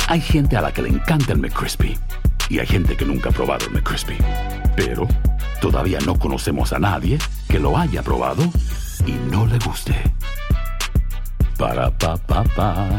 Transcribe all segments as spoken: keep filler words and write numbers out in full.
Hay gente a la que le encanta el McCrispy y hay gente que nunca ha probado el McCrispy. Pero todavía no conocemos a nadie que lo haya probado y no le guste. Para, pa, pa, pa.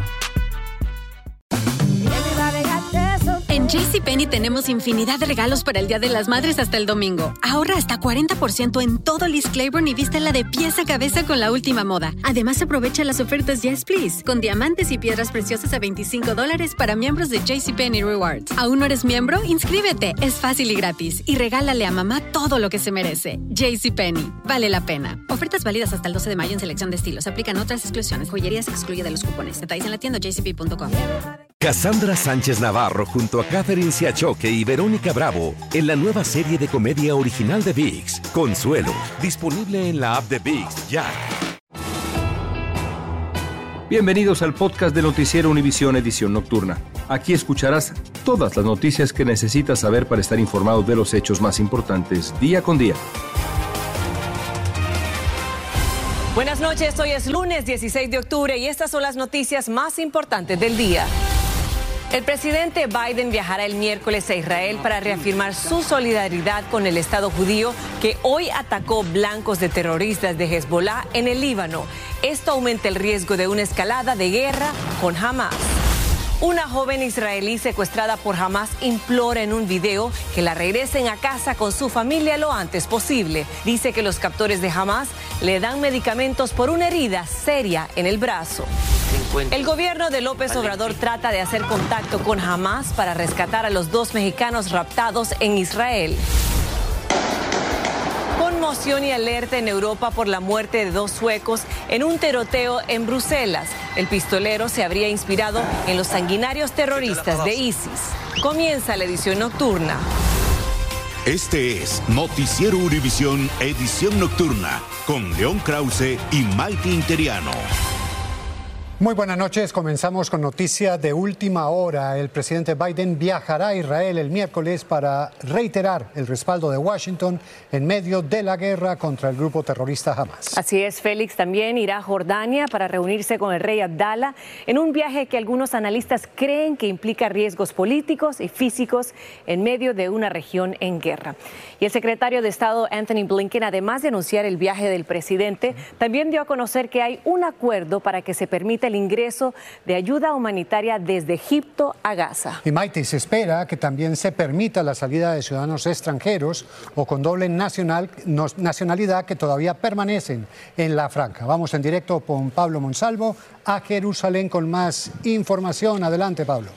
En JCPenney tenemos infinidad de regalos para el Día de las Madres hasta el domingo. Ahorra hasta cuarenta por ciento en todo Liz Claiborne y vístela de pies a cabeza con la última moda. Además, aprovecha las ofertas Yes Please, con diamantes y piedras preciosas a veinticinco dólares para miembros de JCPenney Rewards. ¿Aún no eres miembro? Inscríbete. Es fácil y gratis. Y regálale a mamá todo lo que se merece. JCPenney. Vale la pena. Ofertas válidas hasta el doce de mayo en selección de estilos. Aplican otras exclusiones. Joyería se excluye de los cupones. Detalles en la tienda j c p punto com. Cassandra Sánchez Navarro junto a Catherine Siachoque y Verónica Bravo en la nueva serie de comedia original de ViX, Consuelo, disponible en la app de ViX ya. Bienvenidos al podcast de Noticiero Univisión Edición Nocturna. Aquí escucharás todas las noticias que necesitas saber para estar informado de los hechos más importantes día con día. Buenas noches, hoy es lunes dieciséis de octubre y estas son las noticias más importantes del día. El presidente Biden viajará el miércoles a Israel para reafirmar su solidaridad con el Estado judío que hoy atacó blancos de terroristas de Hezbollah en el Líbano. Esto aumenta el riesgo de una escalada de guerra con Hamas. Una joven israelí secuestrada por Hamas implora en un video que la regresen a casa con su familia lo antes posible. Dice que los captores de Hamas le dan medicamentos por una herida seria en el brazo. El gobierno de López Obrador trata de hacer contacto con Hamas para rescatar a los dos mexicanos raptados en Israel. Conmoción y alerta en Europa por la muerte de dos suecos en un tiroteo en Bruselas. El pistolero se habría inspirado en los sanguinarios terroristas de ISIS. Comienza la edición nocturna. Este es Noticiero Univisión Edición Nocturna con León Krause y Maite Interiano. Muy buenas noches, comenzamos con noticia de última hora. El presidente Biden viajará a Israel el miércoles para reiterar el respaldo de Washington en medio de la guerra contra el grupo terrorista Hamas. Así es, Félix también irá a Jordania para reunirse con el rey Abdallah en un viaje que algunos analistas creen que implica riesgos políticos y físicos en medio de una región en guerra. Y el secretario de Estado Anthony Blinken, además de anunciar el viaje del presidente, también dio a conocer que hay un acuerdo para que se permita el ingreso de ayuda humanitaria desde Egipto a Gaza. Y Maite, se espera que también se permita la salida de ciudadanos extranjeros o con doble nacional, nacionalidad que todavía permanecen en la franja. Vamos en directo con Pablo Monsalvo a Jerusalén con más información. Adelante, Pablo.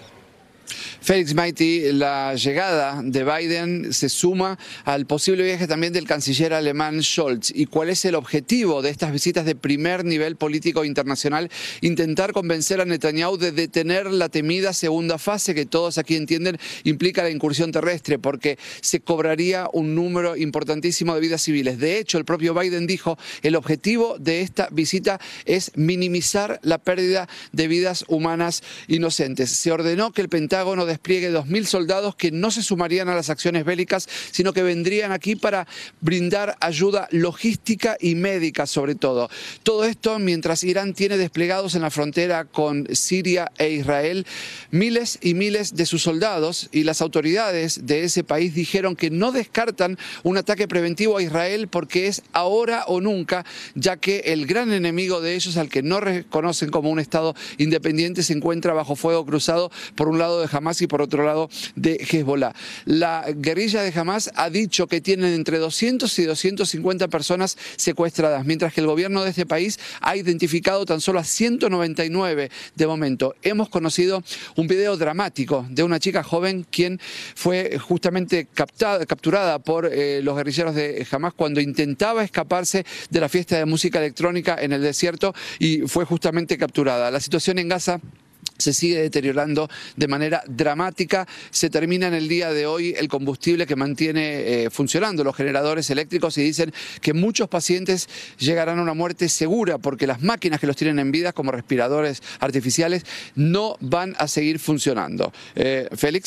Félix, Maite, la llegada de Biden se suma al posible viaje también del canciller alemán Scholz. ¿Y cuál es el objetivo de estas visitas de primer nivel político internacional? Intentar convencer a Netanyahu de detener la temida segunda fase que todos aquí entienden implica la incursión terrestre, porque se cobraría un número importantísimo de vidas civiles. De hecho, el propio Biden dijo el objetivo de esta visita es minimizar la pérdida de vidas humanas inocentes. Se ordenó que el Pentágono despliegue dos mil soldados que no se sumarían a las acciones bélicas, sino que vendrían aquí para brindar ayuda logística y médica sobre todo. Todo esto mientras Irán tiene desplegados en la frontera con Siria e Israel miles y miles de sus soldados, y las autoridades de ese país dijeron que no descartan un ataque preventivo a Israel porque es ahora o nunca, ya que el gran enemigo de ellos, al que no reconocen como un Estado independiente, se encuentra bajo fuego cruzado por un lado de Hamas y por otro lado de Hezbollah. La guerrilla de Hamas ha dicho que tienen entre doscientas y doscientas cincuenta personas secuestradas, mientras que el gobierno de este país ha identificado tan solo a ciento noventa y nueve de momento. Hemos conocido un video dramático de una chica joven quien fue justamente captada, capturada por eh, los guerrilleros de Hamas cuando intentaba escaparse de la fiesta de música electrónica en el desierto y fue justamente capturada. La situación en Gaza se sigue deteriorando de manera dramática. Se termina en el día de hoy el combustible que mantiene eh, funcionando los generadores eléctricos y dicen que muchos pacientes llegarán a una muerte segura porque las máquinas que los tienen en vida, como respiradores artificiales, no van a seguir funcionando. Eh, Félix.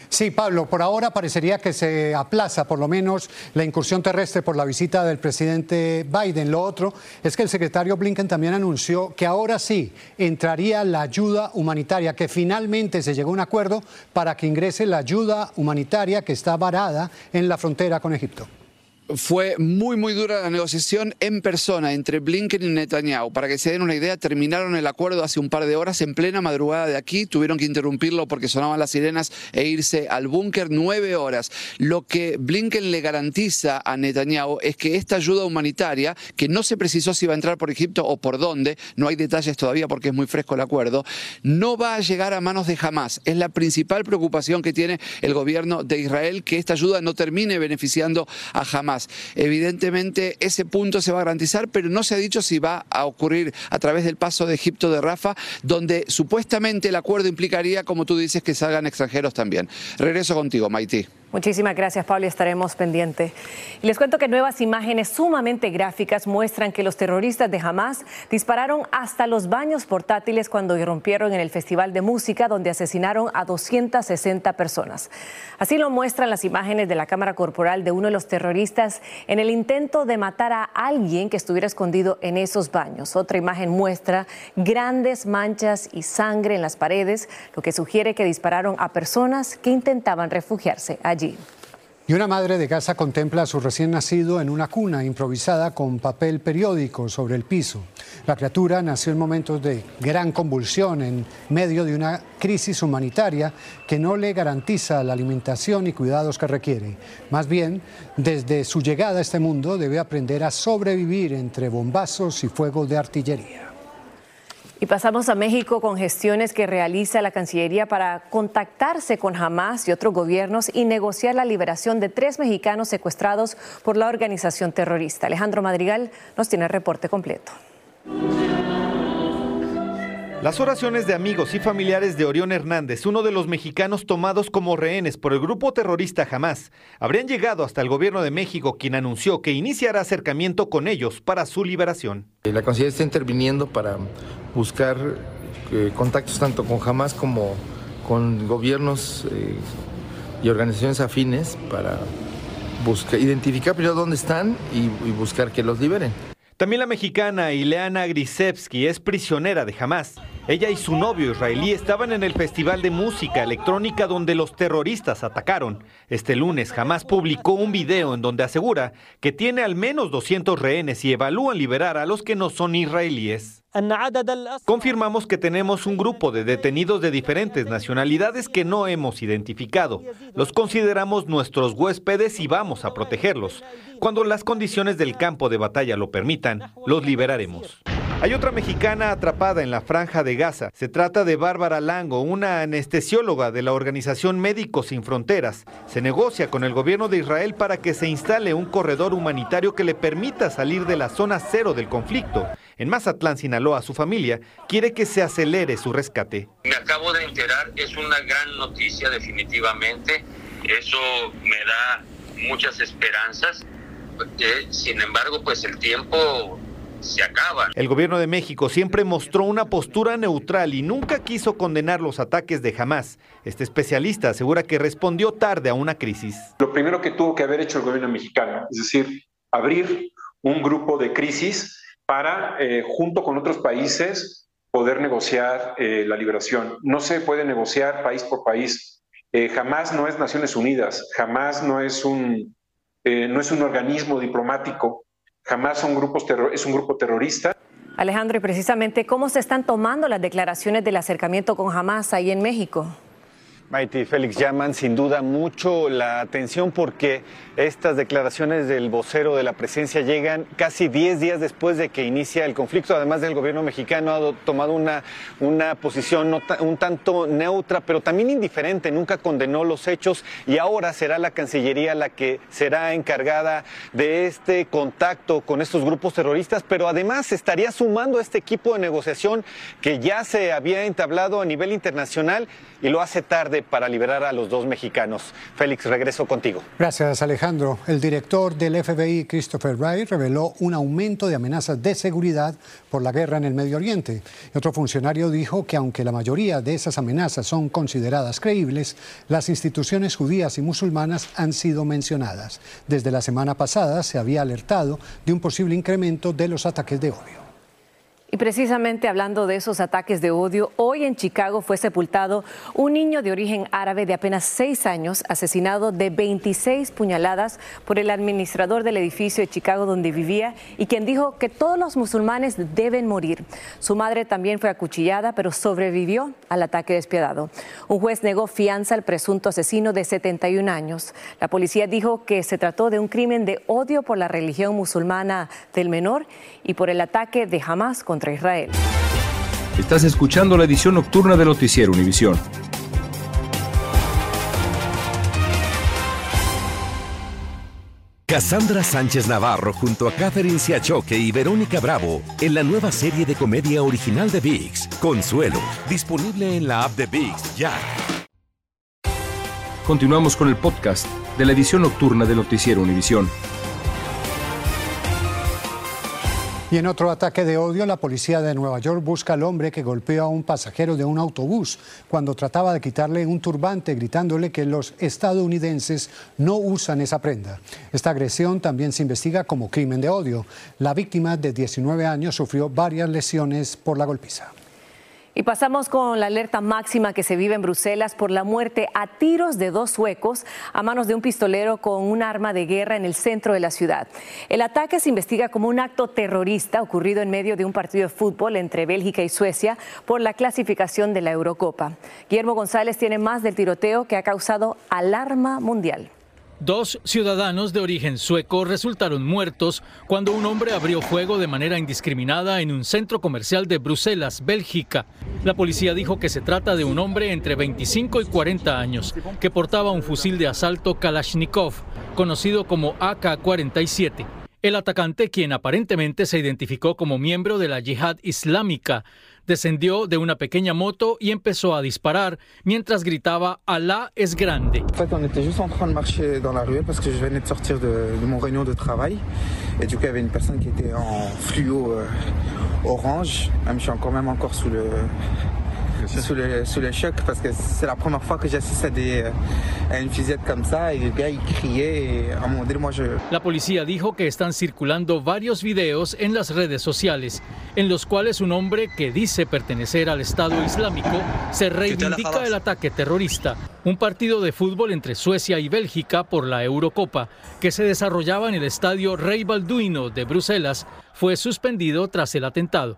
Sí, Pablo, por ahora parecería que se aplaza por lo menos la incursión terrestre por la visita del presidente Biden. Lo otro es que el secretario Blinken también anunció que ahora sí entraría la ayuda humanitaria, que finalmente se llegó a un acuerdo para que ingrese la ayuda humanitaria que está varada en la frontera con Egipto. Fue muy, muy dura la negociación en persona entre Blinken y Netanyahu. Para que se den una idea, terminaron el acuerdo hace un par de horas en plena madrugada de aquí. Tuvieron que interrumpirlo porque sonaban las sirenas e irse al búnker nueve horas. Lo que Blinken le garantiza a Netanyahu es que esta ayuda humanitaria, que no se precisó si va a entrar por Egipto o por dónde, no hay detalles todavía porque es muy fresco el acuerdo, no va a llegar a manos de Hamás. Es la principal preocupación que tiene el gobierno de Israel, que esta ayuda no termine beneficiando a Hamás. Evidentemente ese punto se va a garantizar, pero no se ha dicho si va a ocurrir a través del paso de Egipto de Rafah, donde supuestamente el acuerdo implicaría, como tú dices, que salgan extranjeros también. Regreso contigo, Maití. Muchísimas gracias, Pablo, y estaremos pendientes. Y les cuento que nuevas imágenes sumamente gráficas muestran que los terroristas de Hamás dispararon hasta los baños portátiles cuando irrumpieron en el Festival de Música, donde asesinaron a doscientas sesenta personas. Así lo muestran las imágenes de la cámara corporal de uno de los terroristas en el intento de matar a alguien que estuviera escondido en esos baños. Otra imagen muestra grandes manchas y sangre en las paredes, lo que sugiere que dispararon a personas que intentaban refugiarse allí. Y una madre de Gaza contempla a su recién nacido en una cuna improvisada con papel periódico sobre el piso. La criatura nació en momentos de gran convulsión en medio de una crisis humanitaria que no le garantiza la alimentación y cuidados que requiere. Más bien, desde su llegada a este mundo debe aprender a sobrevivir entre bombazos y fuego de artillería. Y pasamos a México con gestiones que realiza la Cancillería para contactarse con Hamás y otros gobiernos y negociar la liberación de tres mexicanos secuestrados por la organización terrorista. Alejandro Madrigal nos tiene el reporte completo. Las oraciones de amigos y familiares de Orión Hernández, uno de los mexicanos tomados como rehenes por el grupo terrorista Hamás, habrían llegado hasta el gobierno de México, quien anunció que iniciará acercamiento con ellos para su liberación. La Cancillería está interviniendo para buscar eh, contactos tanto con Hamás como con gobiernos eh, y organizaciones afines para buscar, identificar primero dónde están y, y buscar que los liberen. También la mexicana Ileana Grisevsky es prisionera de Hamás. Ella y su novio israelí estaban en el Festival de Música Electrónica donde los terroristas atacaron. Este lunes Hamás publicó un video en donde asegura que tiene al menos doscientos rehenes y evalúan liberar a los que no son israelíes. Confirmamos que tenemos un grupo de detenidos de diferentes nacionalidades que no hemos identificado. Los consideramos nuestros huéspedes y vamos a protegerlos. Cuando las condiciones del campo de batalla lo permitan, los liberaremos. Hay otra mexicana atrapada en la Franja de Gaza. Se trata de Bárbara Lango, una anestesióloga de la organización Médicos Sin Fronteras. Se negocia con el gobierno de Israel para que se instale un corredor humanitario que le permita salir de la zona cero del conflicto. En Mazatlán, Sinaloa, su familia quiere que se acelere su rescate. Me acabo de enterar, es una gran noticia definitivamente. Eso me da muchas esperanzas. Eh, sin embargo, pues el tiempo se acaba. El gobierno de México siempre mostró una postura neutral y nunca quiso condenar los ataques de Hamás. Este especialista asegura que respondió tarde a una crisis. Lo primero que tuvo que haber hecho el gobierno mexicano, es decir, abrir un grupo de crisis para, eh, junto con otros países, poder negociar eh, la liberación. No se puede negociar país por país. Eh, Hamás no es Naciones Unidas, Hamás no es un, eh, no es un organismo diplomático. Jamás son grupos terror, es un grupo terrorista. Alejandro, y precisamente, ¿cómo se están tomando las declaraciones del acercamiento con Hamás ahí en México? Maití, Félix, llaman sin duda mucho la atención porque estas declaraciones del vocero de la presidencia llegan casi diez días después de que inicia el conflicto. Además del gobierno mexicano ha tomado una, una posición no un tanto neutra, pero también indiferente, nunca condenó los hechos y ahora será la Cancillería la que será encargada de este contacto con estos grupos terroristas, pero además estaría sumando a este equipo de negociación que ya se había entablado a nivel internacional y lo hace tarde. tarde para liberar a los dos mexicanos. Félix, regreso contigo. Gracias, Alejandro. El director del F B I, Christopher Wray, reveló un aumento de amenazas de seguridad por la guerra en el Medio Oriente. Y otro funcionario dijo que aunque la mayoría de esas amenazas son consideradas creíbles, las instituciones judías y musulmanas han sido mencionadas. Desde la semana pasada se había alertado de un posible incremento de los ataques de odio. Y precisamente hablando de esos ataques de odio, hoy en Chicago fue sepultado un niño de origen árabe de apenas seis años, asesinado de veintiséis puñaladas por el administrador del edificio de Chicago donde vivía y quien dijo que todos los musulmanes deben morir. Su madre también fue acuchillada, pero sobrevivió al ataque despiadado. Un juez negó fianza al presunto asesino de setenta y un años. La policía dijo que se trató de un crimen de odio por la religión musulmana del menor y por el ataque de Hamás contra Israel. Estás escuchando la edición nocturna de Noticiero Univisión. Cassandra Sánchez Navarro junto a Catherine Siachoque y Verónica Bravo en la nueva serie de comedia original de ViX, Consuelo, disponible en la app de ViX ya. Continuamos con el podcast de la edición nocturna de Noticiero Univisión. Y en otro ataque de odio, la policía de Nueva York busca al hombre que golpeó a un pasajero de un autobús cuando trataba de quitarle un turbante, gritándole que los estadounidenses no usan esa prenda. Esta agresión también se investiga como crimen de odio. La víctima de diecinueve años sufrió varias lesiones por la golpiza. Y pasamos con la alerta máxima que se vive en Bruselas por la muerte a tiros de dos suecos a manos de un pistolero con un arma de guerra en el centro de la ciudad. El ataque se investiga como un acto terrorista ocurrido en medio de un partido de fútbol entre Bélgica y Suecia por la clasificación de la Eurocopa. Guillermo González tiene más del tiroteo que ha causado alarma mundial. Dos ciudadanos de origen sueco resultaron muertos cuando un hombre abrió fuego de manera indiscriminada en un centro comercial de Bruselas, Bélgica. La policía dijo que se trata de un hombre entre veinticinco y cuarenta años que portaba un fusil de asalto Kalashnikov, conocido como A K cuarenta y siete. El atacante, quien aparentemente se identificó como miembro de la Yihad Islámica, descendió de una pequeña moto y empezó a disparar mientras gritaba "Alá es grande". En fait, on était juste en train de marcher dans la ruelle parce que je venais de sortir de, de mon réunion de travail et du coup il y avait une personne qui était en fluo euh, orange. Même je suis encore même encore sous le sous le sous le choc parce que c'est la première fois que j'assiste à des à une fusillade comme ça et le gars il criait et à un moment donné moi je. La policía dijo que están circulando varios videos en las redes sociales en los cuales un hombre que dice pertenecer al Estado Islámico se reivindica el ataque terrorista. Un partido de fútbol entre Suecia y Bélgica por la Eurocopa que se desarrollaba en el estadio Rey Balduino de Bruselas fue suspendido tras el atentado.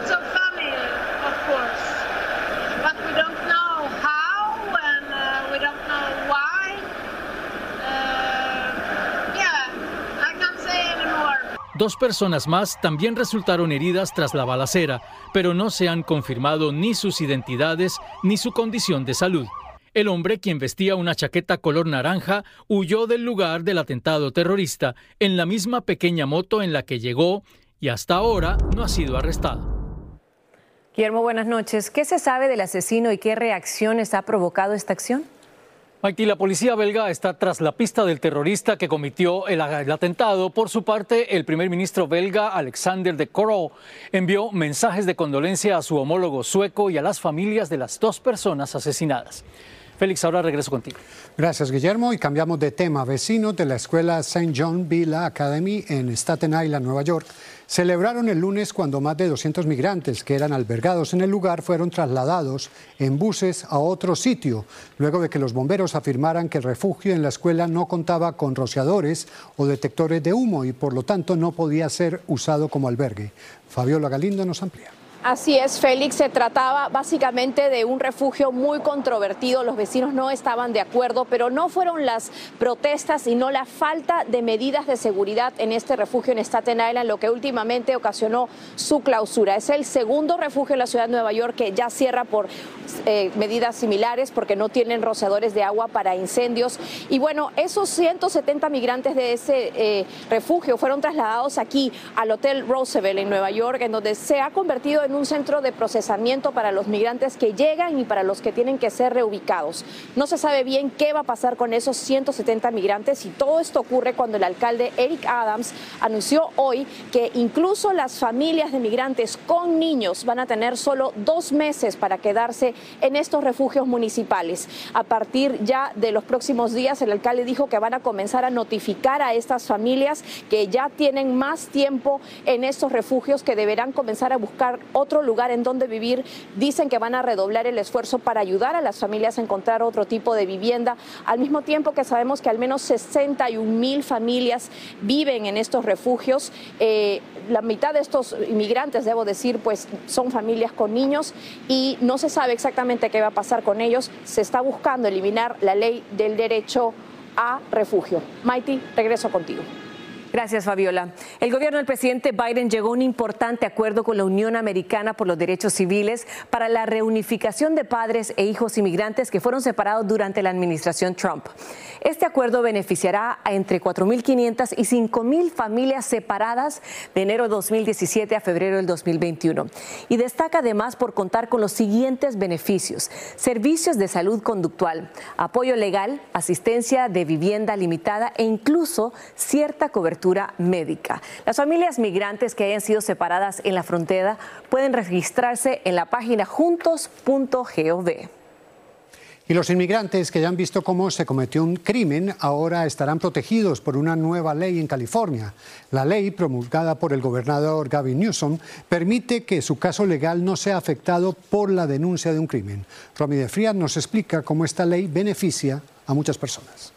Dos personas más también resultaron heridas tras la balacera, pero no se han confirmado ni sus identidades ni su condición de salud. El hombre, quien vestía una chaqueta color naranja, huyó del lugar del atentado terrorista en la misma pequeña moto en la que llegó y hasta ahora no ha sido arrestado. Guillermo, buenas noches. ¿Qué se sabe del asesino y qué reacciones ha provocado esta acción? Maite, la policía belga está tras la pista del terrorista que cometió el, el atentado. Por su parte, el primer ministro belga, Alexander De Croo, envió mensajes de condolencia a su homólogo sueco y a las familias de las dos personas asesinadas. Félix, ahora regreso contigo. Gracias, Guillermo. Y cambiamos de tema. Vecinos de la escuela Saint John Villa Academy en Staten Island, Nueva York, celebraron el lunes cuando más de doscientos migrantes que eran albergados en el lugar fueron trasladados en buses a otro sitio, luego de que los bomberos afirmaran que el refugio en la escuela no contaba con rociadores o detectores de humo y por lo tanto no podía ser usado como albergue. Fabiola Galindo nos amplía. Así es, Félix, se trataba básicamente de un refugio muy controvertido. Los vecinos no estaban de acuerdo, pero no fueron las protestas, sino la falta de medidas de seguridad en este refugio en Staten Island lo que últimamente ocasionó su clausura. Es el segundo refugio en la ciudad de Nueva York que ya cierra por eh, medidas similares porque no tienen rociadores de agua para incendios. Y bueno, esos ciento setenta migrantes de ese eh, refugio fueron trasladados aquí al Hotel Roosevelt en Nueva York, en donde se ha convertido en en un centro de procesamiento para los migrantes que llegan y para los que tienen que ser reubicados. No se sabe bien qué va a pasar con esos ciento setenta migrantes, y todo esto ocurre cuando el alcalde Eric Adams anunció hoy que incluso las familias de migrantes con niños van a tener solo dos meses para quedarse en estos refugios municipales. A partir ya de los próximos días, el alcalde dijo que van a comenzar a notificar a estas familias que ya tienen más tiempo en estos refugios, que deberán comenzar a buscar otro lugar en donde vivir. Dicen que van a redoblar el esfuerzo para ayudar a las familias a encontrar otro tipo de vivienda, al mismo tiempo que sabemos que al menos sesenta y un mil familias viven en estos refugios. Eh, la mitad de estos inmigrantes, debo decir, pues son familias con niños, y no se sabe exactamente qué va a pasar con ellos. Se está buscando eliminar la ley del derecho a refugio. Maiti, regreso contigo. Gracias, Fabiola. El gobierno del presidente Biden llegó a un importante acuerdo con la Unión Americana por los Derechos Civiles para la reunificación de padres e hijos inmigrantes que fueron separados durante la administración Trump. Este acuerdo beneficiará a entre cuatro mil quinientas y cinco mil familias separadas de enero de dos mil diecisiete a febrero del dos mil veintiuno. Y destaca además por contar con los siguientes beneficios: servicios de salud conductual, apoyo legal, asistencia de vivienda limitada e incluso cierta cobertura médica. Las familias migrantes que hayan sido separadas en la frontera pueden registrarse en la página juntos punto gov. Y los inmigrantes que ya han visto cómo se cometió un crimen ahora estarán protegidos por una nueva ley en California. La ley, promulgada por el gobernador Gavin Newsom, permite que su caso legal no sea afectado por la denuncia de un crimen. Romy de Frías nos explica cómo esta ley beneficia a muchas personas.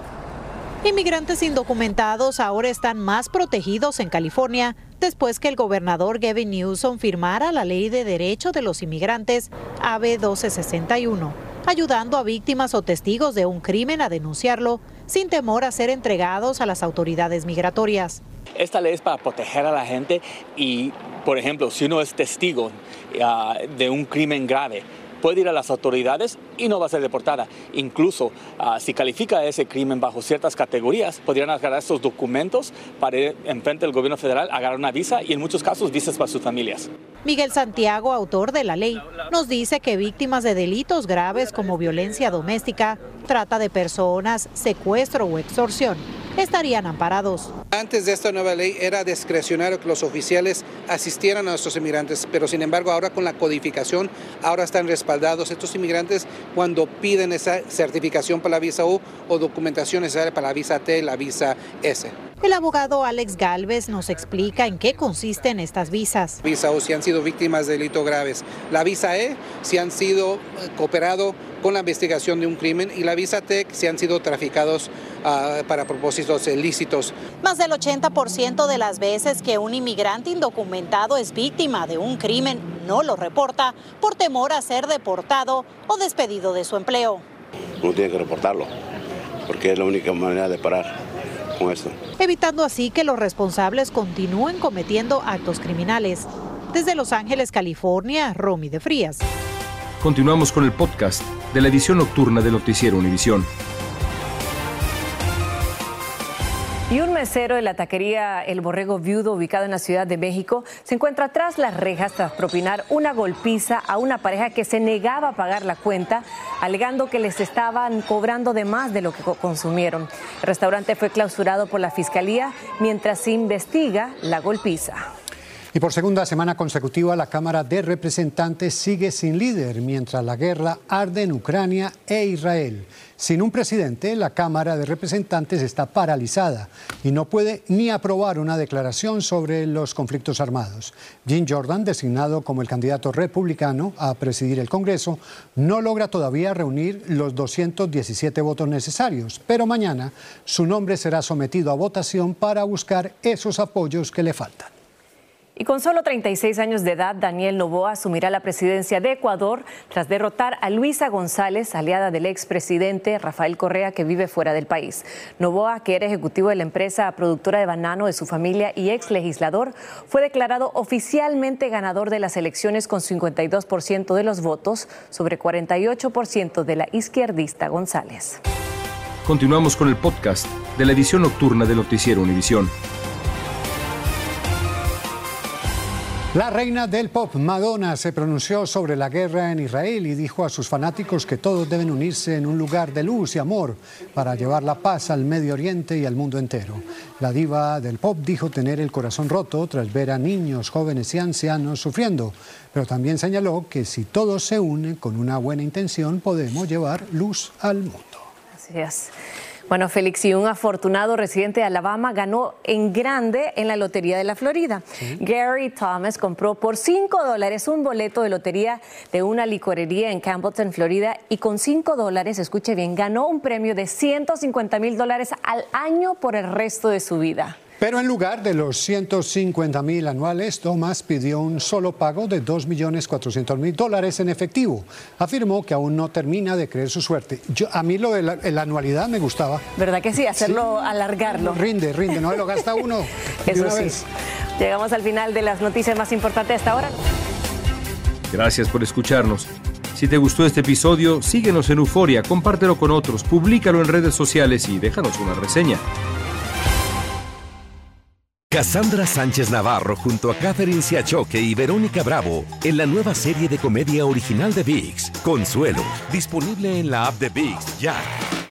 Inmigrantes indocumentados ahora están más protegidos en California después que el gobernador Gavin Newsom firmara la Ley de Derecho de los Inmigrantes, A B doce sesenta y uno, ayudando a víctimas o testigos de un crimen a denunciarlo sin temor a ser entregados a las autoridades migratorias. Esta ley es para proteger a la gente y, por ejemplo, si uno es testigo uh, de un crimen grave, puede ir a las autoridades y no va a ser deportada. Incluso uh, si califica ese crimen bajo ciertas categorías, podrían agarrar estos documentos para ir enfrente del gobierno federal, agarrar una visa y en muchos casos visas para sus familias. Miguel Santiago, autor de la ley, nos dice que víctimas de delitos graves como violencia doméstica, trata de personas, secuestro o extorsión estarían amparados. Antes de esta nueva ley era discrecionario que los oficiales asistieran a nuestros inmigrantes, pero sin embargo ahora con la codificación ahora están respaldados estos inmigrantes cuando piden esa certificación para la visa U o documentación necesaria para la visa T, la visa S. El abogado Alex Galvez nos explica en qué consisten estas visas. Visa U si han sido víctimas de delitos graves, la visa E si han sido cooperado con la investigación de un crimen y la visa T si han sido traficados uh, para propósitos ilícitos. Más del ochenta por ciento de las veces que un inmigrante indocumentado es víctima de un crimen no lo reporta por temor a ser deportado o despedido de su empleo. Uno tiene que reportarlo porque es la única manera de parar con esto. Evitando así que los responsables continúen cometiendo actos criminales. Desde Los Ángeles, California, Romy de Frías. Continuamos con el podcast de la edición nocturna de Noticiero Univisión. Y un mesero de la taquería El Borrego Viudo, ubicado en la Ciudad de México, se encuentra tras las rejas tras propinar una golpiza a una pareja que se negaba a pagar la cuenta, alegando que les estaban cobrando de más de lo que consumieron. El restaurante fue clausurado por la Fiscalía mientras se investiga la golpiza. Y por segunda semana consecutiva, la Cámara de Representantes sigue sin líder, mientras la guerra arde en Ucrania e Israel. Sin un presidente, la Cámara de Representantes está paralizada y no puede ni aprobar una declaración sobre los conflictos armados. Jim Jordan, designado como el candidato republicano a presidir el Congreso, no logra todavía reunir los doscientos diecisiete votos necesarios, pero mañana su nombre será sometido a votación para buscar esos apoyos que le faltan. Y con solo treinta y seis años de edad, Daniel Noboa asumirá la presidencia de Ecuador tras derrotar a Luisa González, aliada del expresidente Rafael Correa, que vive fuera del país. Noboa, que era ejecutivo de la empresa productora de banano de su familia y ex legislador, fue declarado oficialmente ganador de las elecciones con cincuenta y dos por ciento de los votos sobre cuarenta y ocho por ciento de la izquierdista González. Continuamos con el podcast de la edición nocturna de Noticiero Univisión. La reina del pop, Madonna, se pronunció sobre la guerra en Israel y dijo a sus fanáticos que todos deben unirse en un lugar de luz y amor para llevar la paz al Medio Oriente y al mundo entero. La diva del pop dijo tener el corazón roto tras ver a niños, jóvenes y ancianos sufriendo, pero también señaló que si todos se unen con una buena intención podemos llevar luz al mundo. Así es. Bueno, Félix, y un afortunado residente de Alabama ganó en grande en la Lotería de la Florida. Sí. Gary Thomas compró por cinco dólares un boleto de lotería de una licorería en Campbellton, Florida, y con cinco dólares, escuche bien, ganó un premio de ciento cincuenta mil dólares al año por el resto de su vida. Pero en lugar de los ciento cincuenta mil anuales, Thomas pidió un solo pago de dos millones cuatrocientos mil dólares en efectivo. Afirmó que aún no termina de creer su suerte. Yo, a mí lo de la, la anualidad me gustaba. ¿Verdad que sí? Hacerlo, sí, alargarlo. Rinde, rinde, no lo gasta uno. Eso sí. Vez. Llegamos al final de las noticias más importantes hasta ahora. Gracias por escucharnos. Si te gustó este episodio, síguenos en Euforia, compártelo con otros, públicalo en redes sociales y déjanos una reseña. Cassandra Sánchez Navarro junto a Catherine Siachoque y Verónica Bravo en la nueva serie de comedia original de ViX, Consuelo, disponible en la app de ViX ya.